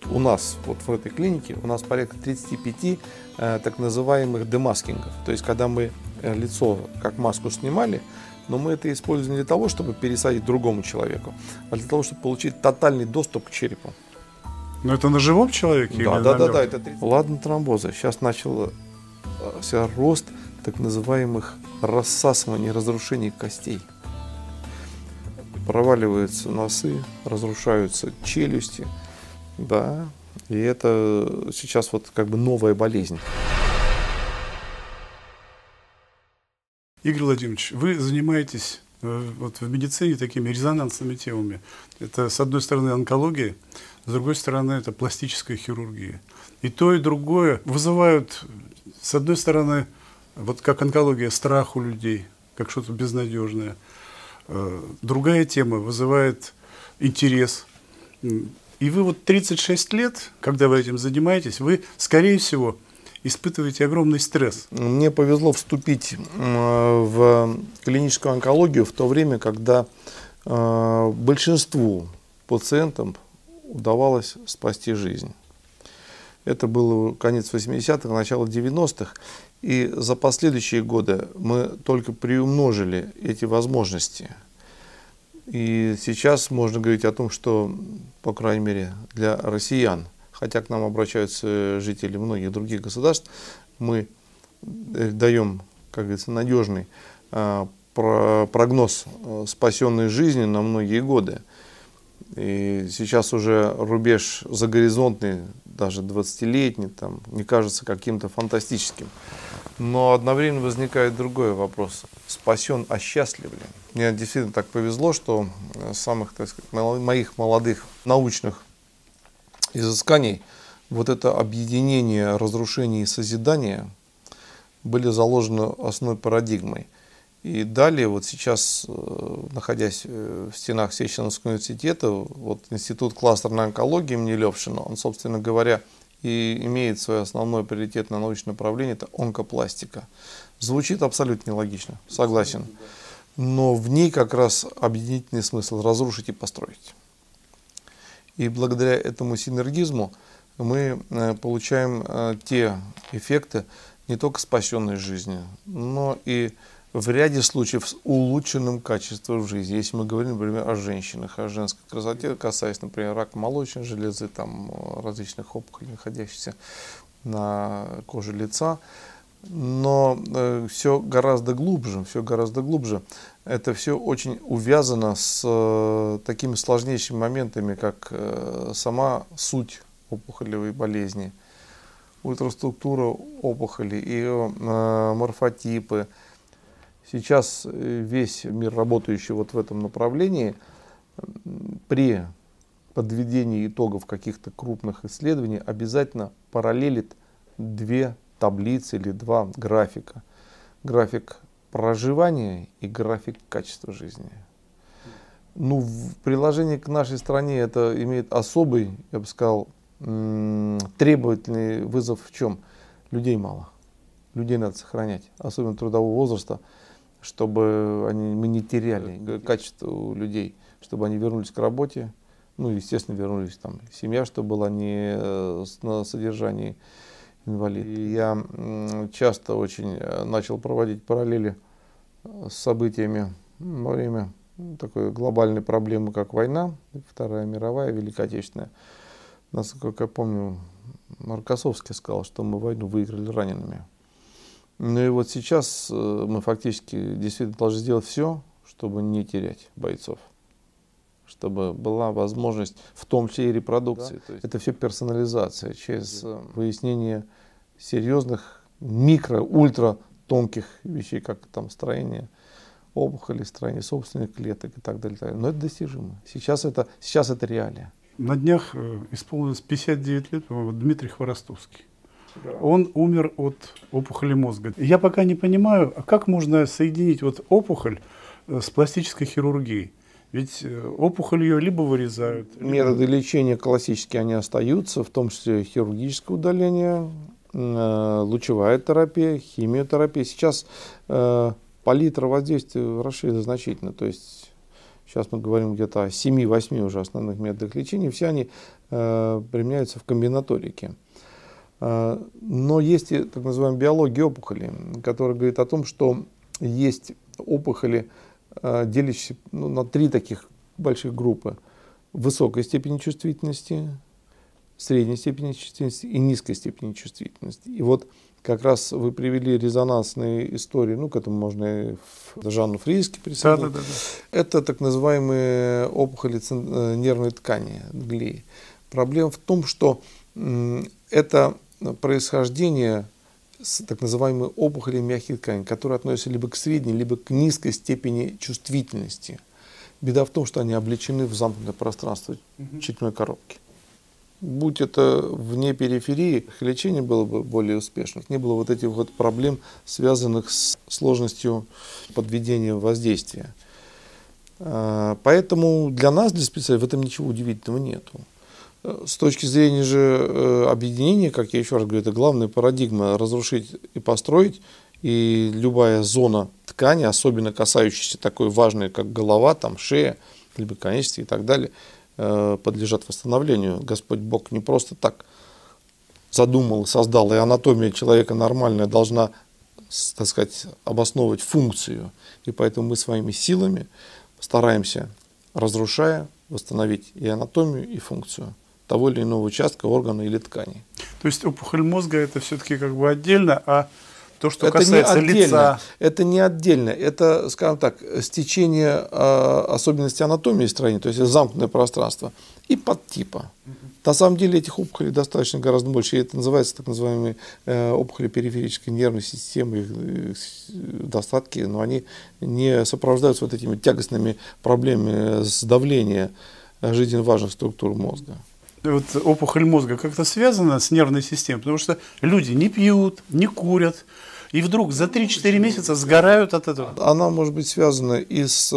У нас, вот в этой клинике, у нас порядка 35 так называемых демаскингов. То есть, когда мы лицо как маску снимали, но мы это используем не для того, чтобы пересадить другому человеку, а для того, чтобы получить тотальный доступ к черепу. Но это на живом человеке? Да, это ладно тромбоза. Сейчас начался рост так называемых рассасываний, разрушений костей. Проваливаются носы, разрушаются челюсти, да, и это сейчас вот как бы новая болезнь. Игорь Владимирович, вы занимаетесь вот в медицине такими резонансными темами. Это, с одной стороны, онкология, с другой стороны, это пластическая хирургия. И то, и другое вызывают, с одной стороны, вот как онкология, страх у людей, как что-то безнадежное. Другая тема вызывает интерес. И вы вот 36 лет, когда вы этим занимаетесь, вы, скорее всего, испытываете огромный стресс. Мне повезло вступить в клиническую онкологию в то время, когда большинству пациентам удавалось спасти жизнь. Это было конец 80-х, начало 90-х. И за последующие годы мы только приумножили эти возможности. И сейчас можно говорить о том, что, по крайней мере, для россиян, хотя к нам обращаются жители многих других государств, мы даем, как говорится, надежный прогноз спасенной жизни на многие годы. И сейчас уже рубеж загоризонтный, даже 20-летний, там, не кажется каким-то фантастическим. Но одновременно возникает другой вопрос. Спасен, а счастлив ли? Мне действительно так повезло, что самых, так сказать, моих молодых научных изысканий вот это объединение разрушения и созидания были заложены основной парадигмой. И далее, вот сейчас, находясь в стенах Сеченовского университета, вот Институт кластерной онкологии имени Левшина, он, собственно говоря, и имеет свое основное приоритетное научное направление, это онкопластика. Звучит абсолютно нелогично, согласен. Но в ней как раз объединительный смысл – разрушить и построить. И благодаря этому синергизму мы получаем те эффекты не только спасенной жизни, но и в ряде случаев с улучшенным качеством жизни. Если мы говорим, например, о женщинах, о женской красоте, касаясь, например, рака молочной железы, там, различных опухолей, находящихся на коже лица. Но все гораздо глубже, Это все очень увязано с такими сложнейшими моментами, как сама суть опухолевой болезни, ультраструктура опухоли, ее морфотипы. Сейчас весь мир, работающий вот в этом направлении, при подведении итогов каких-то крупных исследований обязательно параллелит две таблицы или два графика. График проживания и график качества жизни. Ну, в приложении к нашей стране это имеет особый, я бы сказал, требовательный вызов в чем? Людей мало. Людей надо сохранять, особенно трудового возраста, чтобы мы не теряли качество у людей, чтобы они вернулись к работе, ну, естественно, вернулись там, семья, чтобы была не на содержании инвалид. И я часто очень начал проводить параллели с событиями во время такой глобальной проблемы, как война, Вторая мировая, Великая Отечественная. Насколько я помню, Рокоссовский сказал, что мы войну выиграли ранеными. Ну и вот сейчас мы фактически действительно должны сделать все, чтобы не терять бойцов. Чтобы была возможность, в том числе и репродукции. Да. Это все персонализация через выяснение серьезных микро, ультра тонких вещей, как там строение опухолей, строение собственных клеток и так далее. Но это достижимо. Сейчас это реалия. На днях исполнилось 59 лет, по-моему, Дмитрий Хворостовский. Да. Он умер от опухоли мозга. Я пока не понимаю, как можно соединить вот опухоль с пластической хирургией. Ведь опухоль ее либо вырезают. Методы лечения классические, они остаются, в том числе хирургическое удаление, лучевая терапия, химиотерапия. Сейчас палитра воздействия расширена значительно. То есть сейчас мы говорим где-то о 7-8 уже основных методах лечения. Все они применяются в комбинаторике. Но есть и так называемая биология опухоли, которая говорит о том, что есть опухоли, делящиеся на 3 таких больших группы: высокой степени чувствительности, средней степени чувствительности и низкой степени чувствительности. И вот как раз вы привели резонансные истории, к этому можно и Жанну Фриске присоединить. Да. Это так называемые опухоли нервной ткани, глии. Проблема в том, что это происхождение с так называемой опухоли мягких тканей, которые относятся либо к средней, либо к низкой степени чувствительности. Беда в том, что они облечены в замкнутое пространство черепной коробки. Будь это вне периферии, их лечение было бы более успешным. Не было вот этих вот проблем, связанных с сложностью подведения воздействия. Поэтому для нас, для специалистов, в этом ничего удивительного нету. С точки зрения же объединения, как я еще раз говорю, это главная парадигма — разрушить и построить. И любая зона ткани, особенно касающаяся такой важной, как голова, там, шея, либо конечности и так далее, подлежат восстановлению. Господь Бог не просто так задумал, создал, и анатомия человека нормальная должна, так сказать, обосновывать функцию. И поэтому мы своими силами стараемся, разрушая, восстановить и анатомию, и функцию того или иного участка, органа или ткани. То есть опухоль мозга — это все-таки как бы отдельно, а то, что это касается не отдельно, лица... Это не отдельно, это, скажем так, стечение особенностей анатомии строения, то есть замкнутое пространство, и подтипа. На самом деле этих опухолей достаточно гораздо больше, и это называется так называемые опухоли периферической нервной системы, их достатки, но они не сопровождаются вот этими тягостными проблемами с давлением жизненно важных структур мозга. Вот опухоль мозга как-то связана с нервной системой, потому что люди не пьют, не курят, и вдруг за 3-4 месяца сгорают от этого. Она может быть связана и с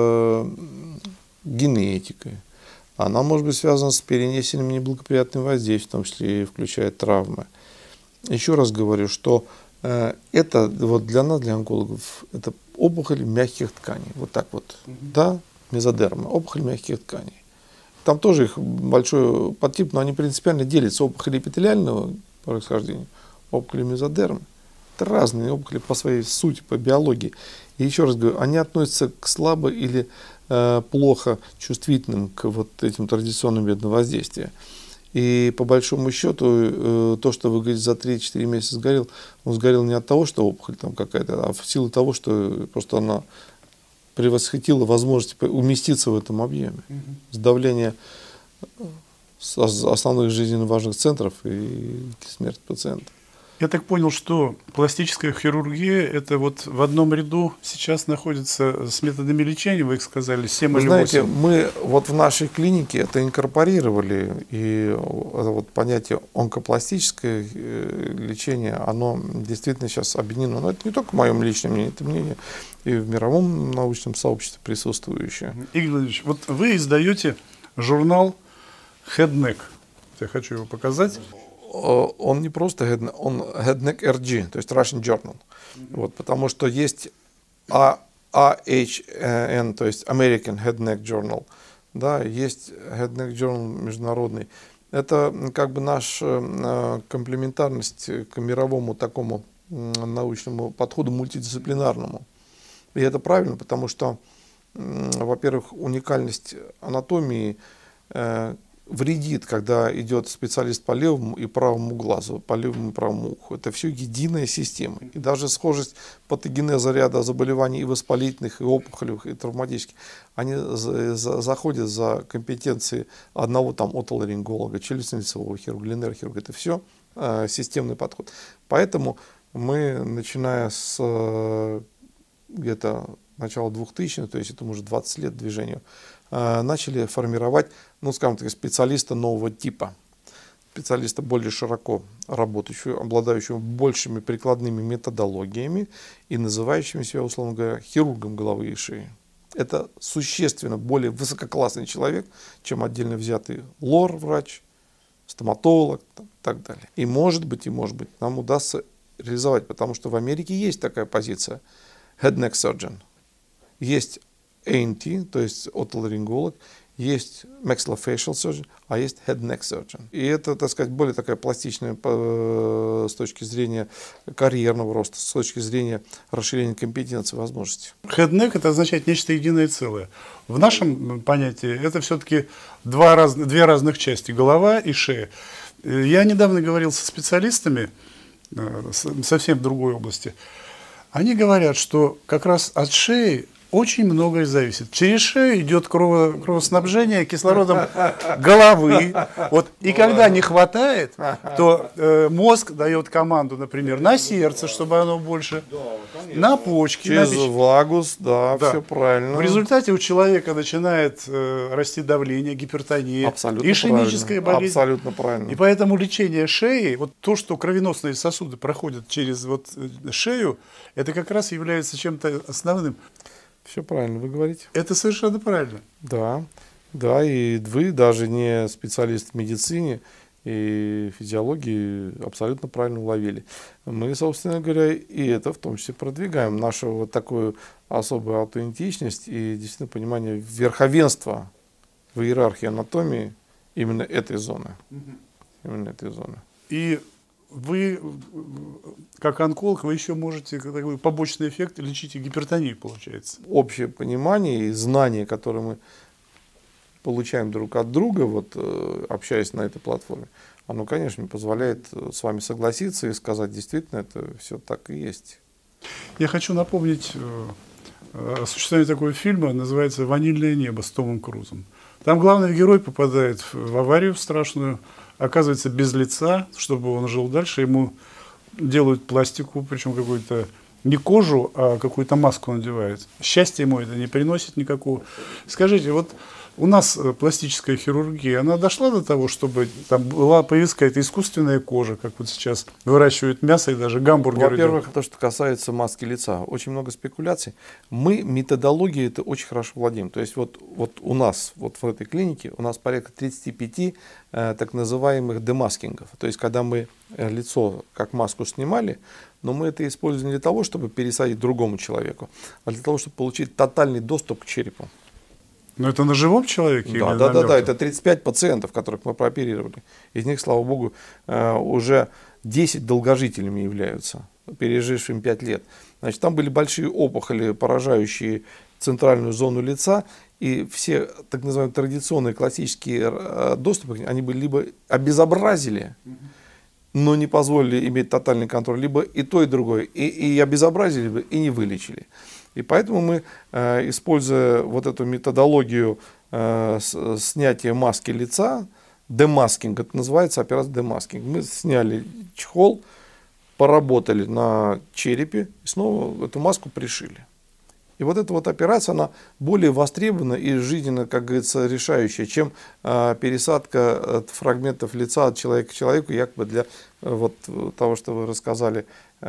генетикой, она может быть связана с перенесенными неблагоприятными воздействиями, в том числе и включая травмы. Еще раз говорю, что это вот для нас, для онкологов, это опухоль мягких тканей. Вот так вот, да, мезодерма, опухоль мягких тканей. Там тоже их большой подтип, но они принципиально делятся: опухоли эпителиального происхождения, опухоли мезодермы. Это разные опухоли по своей сути, по биологии. И еще раз говорю, они относятся к слабо или плохо чувствительным к вот этим традиционным методам воздействия. И по большому счету, то, что вы говорите, за 3-4 месяца сгорел, он сгорел не от того, что опухоль там какая-то, а в силу того, что просто она превосходила возможность уместиться в этом объеме. Сдавление основных жизненно важных центров и смерть пациента. Я так понял, что пластическая хирургия — это вот в одном ряду сейчас находится с методами лечения, вы их сказали, 7 Вы или 8. знаете, мы вот в нашей клинике это инкорпорировали, и это вот понятие онкопластическое лечение, оно действительно сейчас объединено. Но это не только мое личное мнение, это мнение и в мировом научном сообществе присутствующее. Игорь Владимирович, вот вы издаете журнал Head Neck. Я хочу его показать. Он не просто он Head Neck RG, то есть Russian Journal. Вот, потому что есть AHN, то есть American Head Neck Journal, да, есть Head Neck Journal международный. Это как бы наша комплементарность к мировому такому научному подходу, мультидисциплинарному. И это правильно, потому что, во-первых, уникальность анатомии вредит, когда идет специалист по левому и правому глазу, по левому и правому уху. Это все единая система. И даже схожесть патогенеза ряда заболеваний и воспалительных, и опухолевых, и травматических, они заходят за компетенции одного там отоларинголога, челюстно-лицевого хирурга, нейрохирурга. Это все системный подход. Поэтому мы, начиная с где-то начала 2000-х, то есть это уже 20 лет движению, начали формировать, ну, скажем так, специалиста нового типа, специалиста более широко работающего, обладающего большими прикладными методологиями и называющими себя, условно говоря, хирургом головы и шеи. Это существенно более высококлассный человек, чем отдельно взятый лор-врач, стоматолог и так далее. И может быть, нам удастся реализовать, потому что в Америке есть такая позиция Head Neck Surgeon. Есть ANT, то есть отоларинголог, Есть maxillofacial surgeon, а есть head-neck surgeon. И это, так сказать, более такая пластичная с точки зрения карьерного роста, с точки зрения расширения компетенции и возможностей. Head-neck — это означает нечто единое целое. В нашем понятии это все-таки две разных части — голова и шея. Я недавно говорил со специалистами совсем в другой области. Они говорят, что как раз от шеи очень многое зависит. Через шею идет кровоснабжение кислородом головы. Вот. И когда не хватает, то мозг дает команду, например, на сердце, чтобы оно больше, на почки. Через вагус, да, все правильно. В результате у человека начинает расти давление, гипертония, абсолютно ишемическая болезнь. Абсолютно правильно. И поэтому лечение шеи, вот то, что кровеносные сосуды проходят через шею, это как раз является чем-то основным. Все правильно вы говорите. Это совершенно правильно. Да, да, и вы даже не специалист в медицине и физиологии абсолютно правильно уловили. Мы, собственно говоря, и это в том числе продвигаем, нашу вот такую особую аутентичность и действительно понимание верховенства в иерархии анатомии именно этой зоны. Именно этой зоны. И вы, как онколог, вы еще можете, как такой побочный эффект, лечить и гипертонию, получается. Общее понимание и знание, которое мы получаем друг от друга, вот, общаясь на этой платформе, оно, конечно, позволяет с вами согласиться и сказать, действительно, это все так и есть. Я хочу напомнить о существовании такого фильма, называется «Ванильное небо» с Томом Крузом. Там главный герой попадает в аварию страшную, оказывается без лица, чтобы он жил дальше, ему делают пластику, причем какую-то не кожу, а какую-то маску надевают. Счастья ему это не приносит никакого. Скажите, вот у нас пластическая хирургия, она дошла до того, чтобы там появилась какая-то искусственная кожа, как вот сейчас выращивают мясо и даже гамбургеры. Во-первых, то, что касается маски лица, очень много спекуляций. Мы методологией это очень хорошо владеем. То есть вот у нас, вот в этой клинике, у нас порядка 35 так называемых демаскингов. То есть когда мы лицо как маску снимали, но мы это используем не для того, чтобы пересадить другому человеку, а для того, чтобы получить тотальный доступ к черепу. Но это на живом человеке? Да, это 35 пациентов, которых мы прооперировали. Из них, слава богу, уже 10 долгожителями являются, пережившими 5 лет. Значит, там были большие опухоли, поражающие центральную зону лица, и все так называемые традиционные классические доступы, они были либо обезобразили, но не позволили иметь тотальный контроль, либо и то, и другое, и обезобразили, и не вылечили. И поэтому мы, используя вот эту методологию снятия маски лица, демаскинг, это называется операция демаскинг, мы сняли чехол, поработали на черепе и снова эту маску пришили. И вот эта вот операция, она более востребована и жизненно, как говорится, решающая, чем пересадка фрагментов лица от человека к человеку, якобы для вот того, что вы рассказали,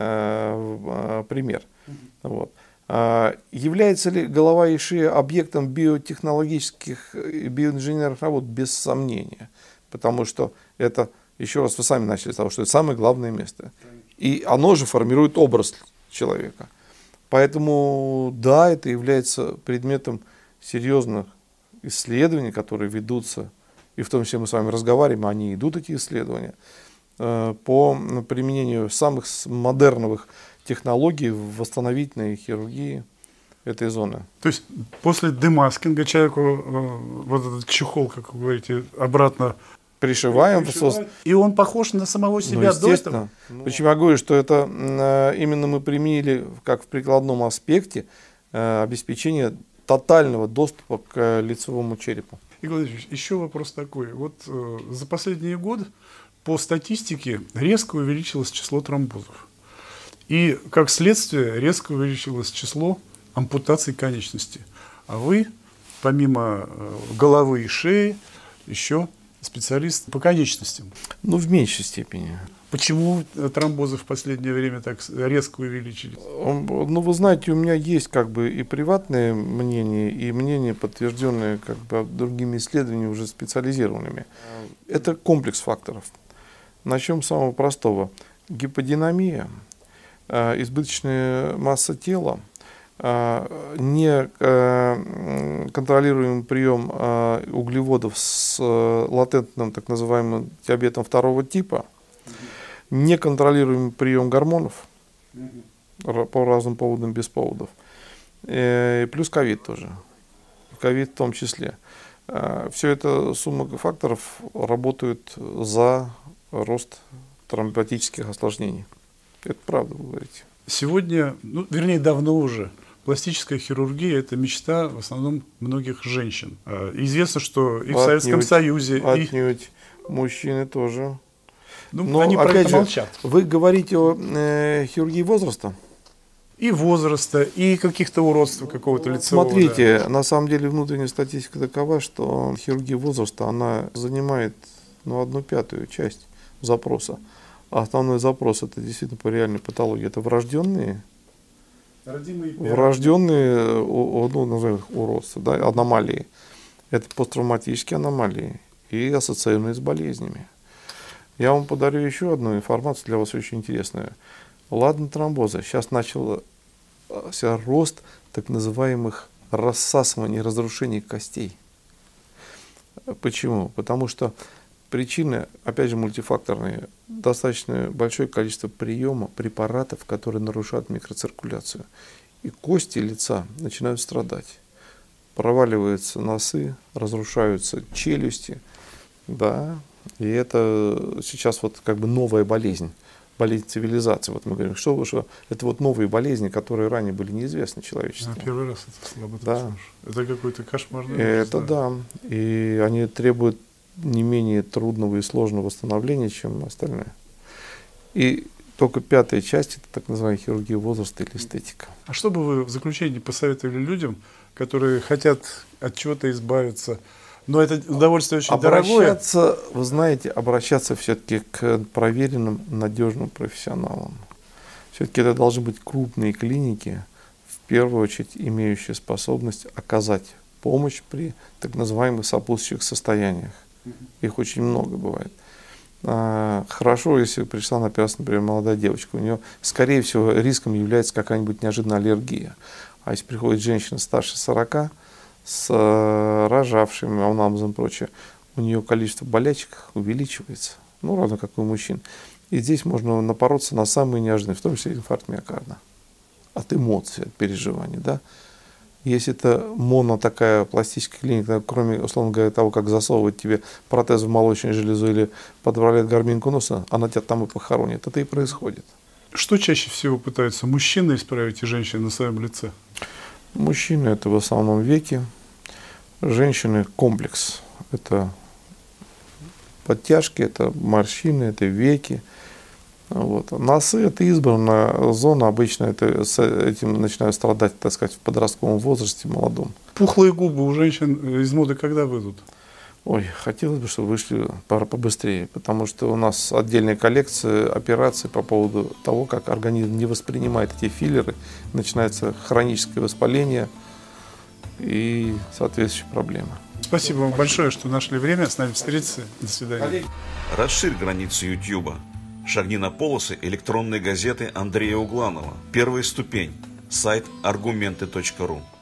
пример. Вот. Является ли голова и шея объектом биотехнологических и биоинженерных работ? Без сомнения. Потому что это, еще раз, вы сами начали с того, что это самое главное место. И оно же формирует образ человека. Поэтому, да, это является предметом серьезных исследований, которые ведутся, и в том числе мы с вами разговариваем, они идут, эти исследования, по применению самых модерновых технологий в восстановительной хирургии этой зоны. То есть после демаскинга человеку вот этот чехол, как вы говорите, обратно пришиваем. И он похож на самого себя до этого? Почему я говорю, что это именно мы применили как в прикладном аспекте обеспечение тотального доступа к лицевому черепу. Игорь Владимирович, еще вопрос такой. Вот за последние годы по статистике резко увеличилось число тромбозов. И, как следствие, резко увеличилось число ампутаций конечностей. А вы, помимо головы и шеи, еще специалист по конечностям. Ну, в меньшей степени. Почему тромбозы в последнее время так резко увеличились? Ну, вы знаете, у меня есть как бы и приватное мнение, и мнение, подтвержденное как бы другими исследованиями, уже специализированными. Это комплекс факторов. Начнем с самого простого. Гиподинамия, избыточная масса тела, неконтролируемый прием углеводов с латентным так называемым диабетом второго типа, неконтролируемый прием гормонов по разным поводам, без поводов, плюс ковид тоже, ковид в том числе. Все это сумма факторов работают за рост тромботических осложнений. Это правда, вы говорите. Сегодня, ну, вернее, давно уже, пластическая хирургия – это мечта в основном многих женщин. Известно, что и в Советском Союзе… Отнюдь. Мужчины тоже. Ну, но они про это молчат. Вы говорите о хирургии возраста? И возраста, и каких-то уродств какого-то лицевого. Смотрите, на самом деле внутренняя статистика такова, что хирургия возраста, она занимает 1/5 часть запроса. А основной запрос это действительно по реальной патологии. Это врожденные назовем их уродства, да, аномалии. Это посттравматические аномалии и ассоциированные с болезнями. Я вам подарю еще одну информацию для вас очень интересную. Ладно, тромбозы. Сейчас начался рост так называемых рассасываний, разрушений костей. Почему? Потому что причины, опять же, мультифакторные. Достаточно большое количество приема препаратов, которые нарушают микроциркуляцию. И кости лица начинают страдать. Проваливаются носы, разрушаются челюсти. Да? И это сейчас вот как бы новая болезнь. Болезнь цивилизации. Вот мы говорим, что это вот новые болезни, которые ранее были неизвестны человечеству. Первый раз это слабо. Да. Это какой-то кошмарный. Это да. И они требуют не менее трудного и сложного восстановления, чем остальное. И только 5-я часть, это так называемая хирургия возраста или эстетика. А что бы вы в заключении посоветовали людям, которые хотят от чего-то избавиться, но это удовольствие очень дорогое? Вы знаете, обращаться все-таки к проверенным, надежным профессионалам. Все-таки это должны быть крупные клиники, в первую очередь имеющие способность оказать помощь при так называемых сопутствующих состояниях. Их очень много бывает. Хорошо, если пришла на операцию, например, молодая девочка, у нее, скорее всего, риском является какая-нибудь неожиданная аллергия. А если приходит женщина старше 40, с рожавшими анамнезом и прочее, у нее количество болячек увеличивается, равно как и у мужчин. И здесь можно напороться на самые неожиданные, в том числе инфаркт миокарда, от эмоций, от переживаний. Да? Если это такая пластическая клиника, кроме, условно говоря, того, как засовывать тебе протез в молочную железу или подправлять гарминку носа, она тебя там и похоронит. Это и происходит. Что чаще всего пытаются мужчины исправить и женщины на своем лице? Мужчины – это в основном веки, женщины – комплекс. Это подтяжки, это морщины, это веки. Вот. Носы – это избранная зона, обычно с этим начинают страдать, так сказать, в подростковом возрасте, молодом. Пухлые губы у женщин из моды когда выйдут? Ой, хотелось бы, чтобы вышли побыстрее, потому что у нас отдельная коллекция операций по поводу того, как организм не воспринимает эти филлеры, начинается хроническое воспаление и соответствующие проблемы. Спасибо вам большое, что нашли время с нами встретиться. До свидания. Расширь границы YouTube. Шагни на полосы электронной газеты Андрея Угланова. Первая ступень. Сайт argumenты.ru.